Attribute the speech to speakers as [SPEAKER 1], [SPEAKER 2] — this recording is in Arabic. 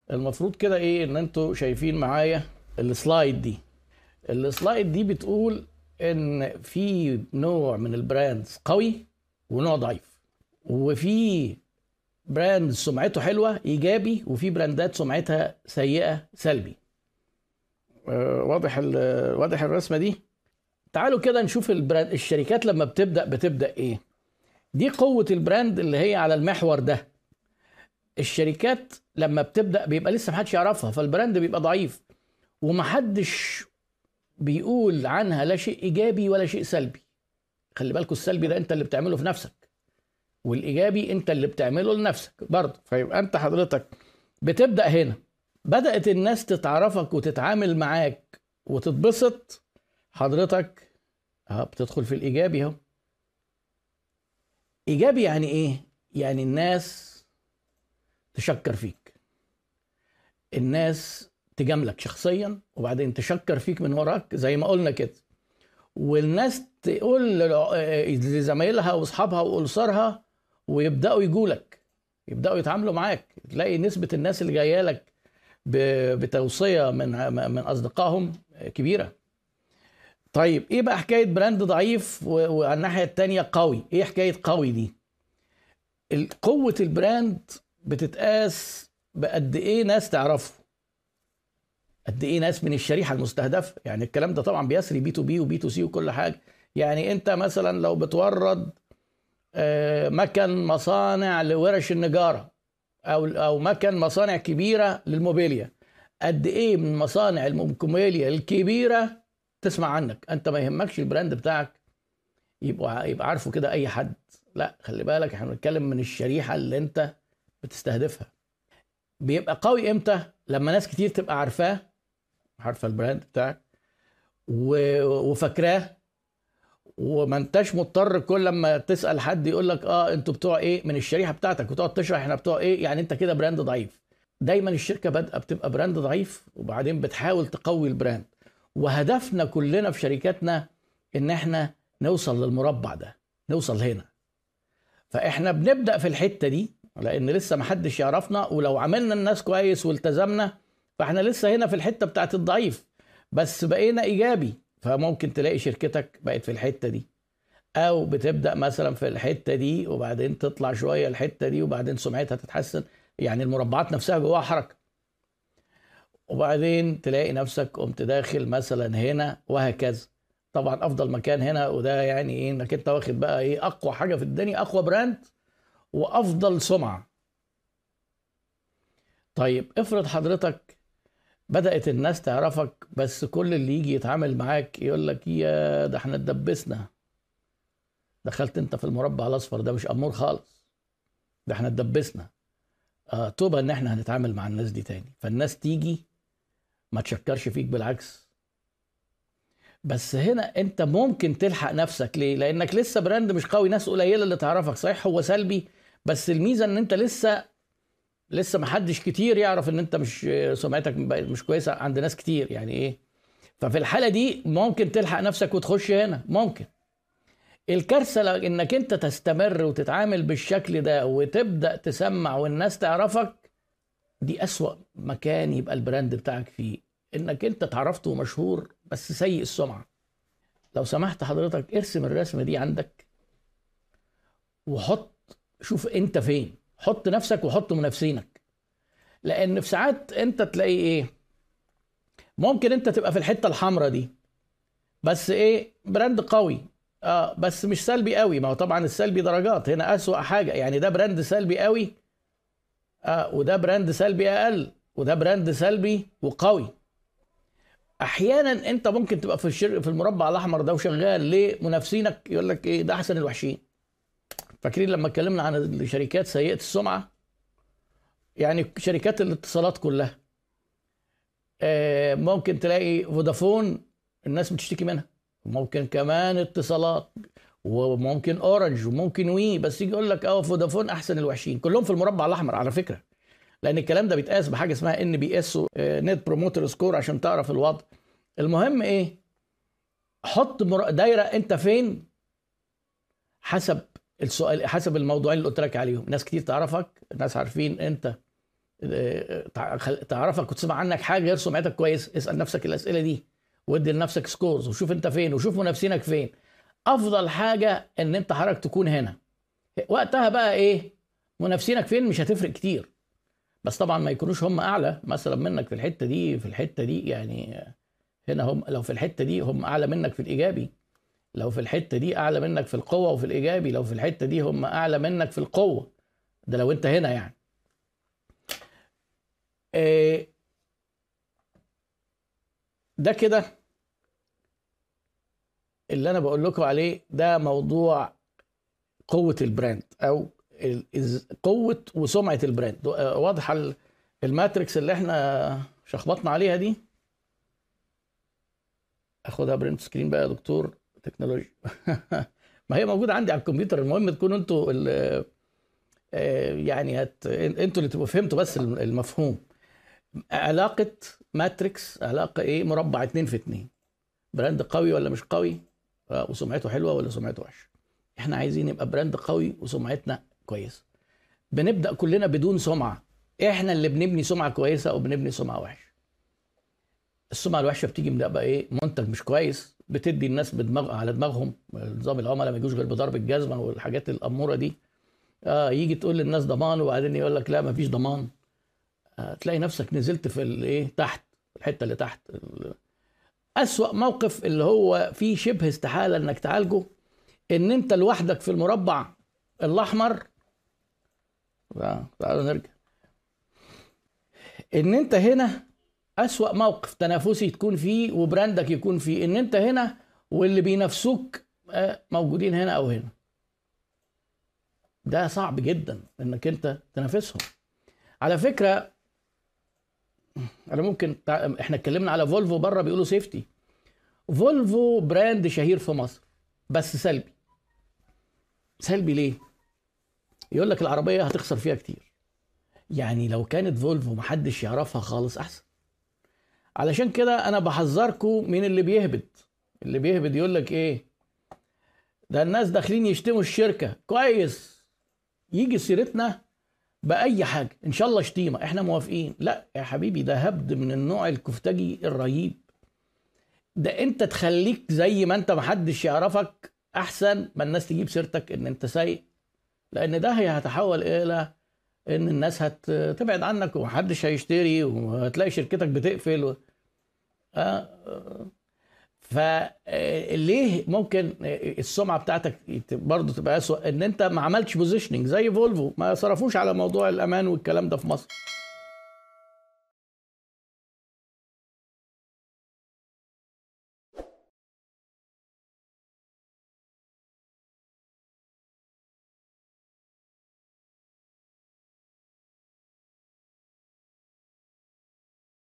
[SPEAKER 1] المفروض كده ايه ان انتوا شايفين معايا السلايد دي بتقول ان في نوع من البراندز قوي ونوع ضعيف، وفي براند سمعته حلوة ايجابي، وفي براندات سمعتها سيئة سلبي. واضح الرسمة دي. تعالوا كده نشوف البراند، الشركات لما بتبدأ ايه. دي قوة البراند اللي هي على المحور ده. الشركات لما بتبدأ بيبقى لسه محدش يعرفها، فالبراند بيبقى ضعيف ومحدش بيقول عنها لا شيء ايجابي ولا شيء سلبي. خلي بالكوا، السلبي ده انت اللي بتعمله في نفسك، والايجابي انت اللي بتعمله لنفسك برضه. فيبقى انت حضرتك بتبدأ هنا، بدأت الناس تتعرفك وتتعامل معاك وتتبسط، حضرتك بتدخل في الايجابي اهو. ايجابي يعني ايه؟ يعني الناس تشكر فيك، الناس تجاملك شخصيا وبعدين تشكر فيك من وراك زي ما قلنا كده، والناس تقول لزمايلها واصحابها واسرها ويبداوا يجولك، يبداوا يتعاملوا معاك. تلاقي نسبة الناس اللي جايه لك بتوصية من اصدقائهم كبيرة. طيب ايه بقى حكاية براند ضعيف وعلى الناحية التانية قوي؟ ايه حكاية قوي دي؟ قوة البراند بتتقاس بقد ايه ناس تعرفه، قد ايه ناس من الشريحه المستهدفه. يعني الكلام ده طبعا بيسري بي تو بي وبي تو سي وكل حاجه. يعني انت مثلا لو بتورد مكن مصانع لورش النجاره او مكن مصانع كبيره للموبيليا، قد ايه من مصانع الموبيليا الكبيره تسمع عنك؟ انت ما يهمكش البراند بتاعك يبقى عارفه كده اي حد. لا، خلي بالك، احنا بنتكلم من الشريحه اللي انت بتستهدفها. بيبقى قوي امتى؟ لما ناس كتير تبقى عارفه البراند بتاعك وفاكراه، وما انتش مضطر كل لما تسال حد يقول لك انتوا بتوع ايه من الشريحه بتاعتك، وتقعد تشرح احنا بتوع ايه. يعني انت كده براند ضعيف. دايما الشركه بادئه بتبقى براند ضعيف وبعدين بتحاول تقوي البراند. وهدفنا كلنا في شركاتنا ان احنا نوصل للمربع ده، نوصل هنا. فاحنا بنبدا في الحته دي لان لسه ما حدش يعرفنا، ولو عملنا الناس كويس والتزمنا فاحنا لسه هنا في الحته بتاعت الضعيف، بس بقينا ايجابي. فممكن تلاقي شركتك بقت في الحته دي، او بتبدا مثلا في الحته دي وبعدين تطلع شويه الحته دي وبعدين سمعتها تتحسن. يعني المربعات نفسها جواها حركه، وبعدين تلاقي نفسك قمت داخل مثلا هنا وهكذا. طبعا افضل مكان هنا، وده يعني ايه، انك انت واخد بقى ايه اقوى حاجه في الدنيا، اقوى براند وافضل سمعه. طيب افرض حضرتك بدأت الناس تعرفك، بس كل اللي يجي يتعامل معاك يقول لك يا ده احنا اتدبسنا، دخلت انت في المربع الاصفر ده، مش امور خالص، ده احنا اتدبسنا. طوبى ان احنا هنتعامل مع الناس دي تاني. فالناس تيجي ما تشكرش فيك، بالعكس. بس هنا انت ممكن تلحق نفسك. ليه؟ لانك لسه براند مش قوي، ناس قليله اللي تعرفك. صحيح هو سلبي، بس الميزه ان انت لسه ما حدش كتير يعرف ان انت مش سمعتك مش كويسه عند ناس كتير. يعني ايه؟ ففي الحاله دي ممكن تلحق نفسك وتخش هنا، ممكن. الكارثه انك انت تستمر وتتعامل بالشكل ده وتبدا تسمع والناس تعرفك. دي اسوأ مكان يبقى البراند بتاعك فيه، انك انت اتعرفت ومشهور بس سيء السمعه. لو سمحت حضرتك ارسم الرسمه دي عندك وحط، شوف انت فين، حط نفسك وحط منافسينك. لان في ساعات انت تلاقي ايه، ممكن انت تبقى في الحته الحمراء دي بس ايه براند قوي، بس مش سلبي قوي. ما هو طبعا السلبي درجات، هنا اسوأ حاجه. يعني ده براند سلبي قوي، وده براند سلبي اقل، وده براند سلبي وقوي. احيانا انت ممكن تبقى في المربع الاحمر ده وشغال، ليه؟ منافسينك يقول لك ايه، ده احسن الوحشين. فاكرين لما اتكلمنا عن الشركات سيئه السمعه؟ يعني شركات الاتصالات كلها، ممكن تلاقي فودافون الناس بتشتكي منها، وممكن كمان اتصالات، وممكن اورنج، وممكن وي، بس يجي يقول لك فودافون احسن الوحشين. كلهم في المربع الاحمر على فكره، لان الكلام ده بيتقاس بحاجه اسمها ان بي اس، نت بروموتر سكور، عشان تعرف الوضع. المهم ايه، حط دايره انت فين حسب السؤال، حسب الموضوعين اللي قلت لك عليهم. ناس كتير تعرفك، ناس عارفين انت تعرفك وتسمع عنك حاجه غير سمعتك كويس، اسال نفسك الاسئله دي وادي لنفسك سكورز وشوف انت فين وشوف منافسينك فين. افضل حاجه ان انت حضرتك تكون هنا. وقتها بقى ايه منافسينك فين مش هتفرق كتير، بس طبعا ما يكونوش هم اعلى مثلا منك في الحته دي في الحته دي. يعني هنا هم لو في الحته دي هم اعلى منك في الايجابي، لو في الحته دي اعلى منك في القوه وفي الايجابي، لو في الحته دي هم اعلى منك في القوه. ده لو انت هنا يعني. ده كده اللي انا بقول لكم عليه، ده موضوع قوة البراند او قوة وسمعة البراند. واضحة الماتريكس اللي احنا شخبطنا عليها دي؟ اخدها برنت سكرين بقى يا دكتور تكنولوجيا. ما هي موجودة عندي على الكمبيوتر. المهم تكونوا انتوا يعني انتوا اللي تبقوا فهمتوا بس المفهوم. علاقة ماتريكس علاقة ايه؟ مربع 2 في 2. براند قوي ولا مش قوي، وسمعته حلوة ولا سمعته وحشة. احنا عايزين يبقى براند قوي وسمعتنا كويسة. بنبدأ كلنا بدون سمعة، احنا اللي بنبني سمعة كويسة او بنبني سمعة وحشة. السمعة الوحشة بتيجي من بقى ايه؟ منتج مش كويس، بتدي الناس بدماغ على دماغهم. نظام العملاء ما يجوش غير بضرب الجزمة والحاجات الأمورة دي. يجي تقول للناس ضمان وبعدين يقول لك لا ما فيش ضمان. تلاقي نفسك نزلت في الايه تحت، الحتة اللي تحت. أسوأ موقف اللي هو فيه شبه استحالة انك تعالجه، ان انت لوحدك في المربع الاحمر. تعالوا نرجع. ان انت هنا اسوأ موقف تنافسي تكون فيه وبراندك يكون فيه، ان انت هنا واللي بينافسوك موجودين هنا او هنا. ده صعب جدا انك انت تنافسهم. على فكرة انا ممكن احنا اتكلمنا على فولفو بره بيقولوا سيفتي. فولفو براند شهير في مصر بس سلبي. سلبي ليه؟ يقول لك العربية هتخسر فيها كتير. يعني لو كانت فولفو محدش يعرفها خالص احسن. علشان كده انا بحذركم من اللي بيهبد. اللي بيهبد يقول لك ايه؟ ده الناس داخلين يشتموا الشركة. كويس، يجي سيرتنا بأي حاجة ان شاء الله شتيمة احنا موافقين. لا يا حبيبي، ده هبد من النوع الكفتاجي الرهيب. ده انت تخليك زي ما انت محدش يعرفك احسن ما الناس تجيب سيرتك ان انت سيء. لان ده هي هتحول الى ان الناس هتبعد عنك ومحدش هيشتري وهتلاقي شركتك بتقفل فليه ممكن السمعه بتاعتك برضه تبقى اسوء؟ ان انت ما عملتش بوزيشننج زي فولفو، ما صرفوش على موضوع الامان والكلام ده في مصر.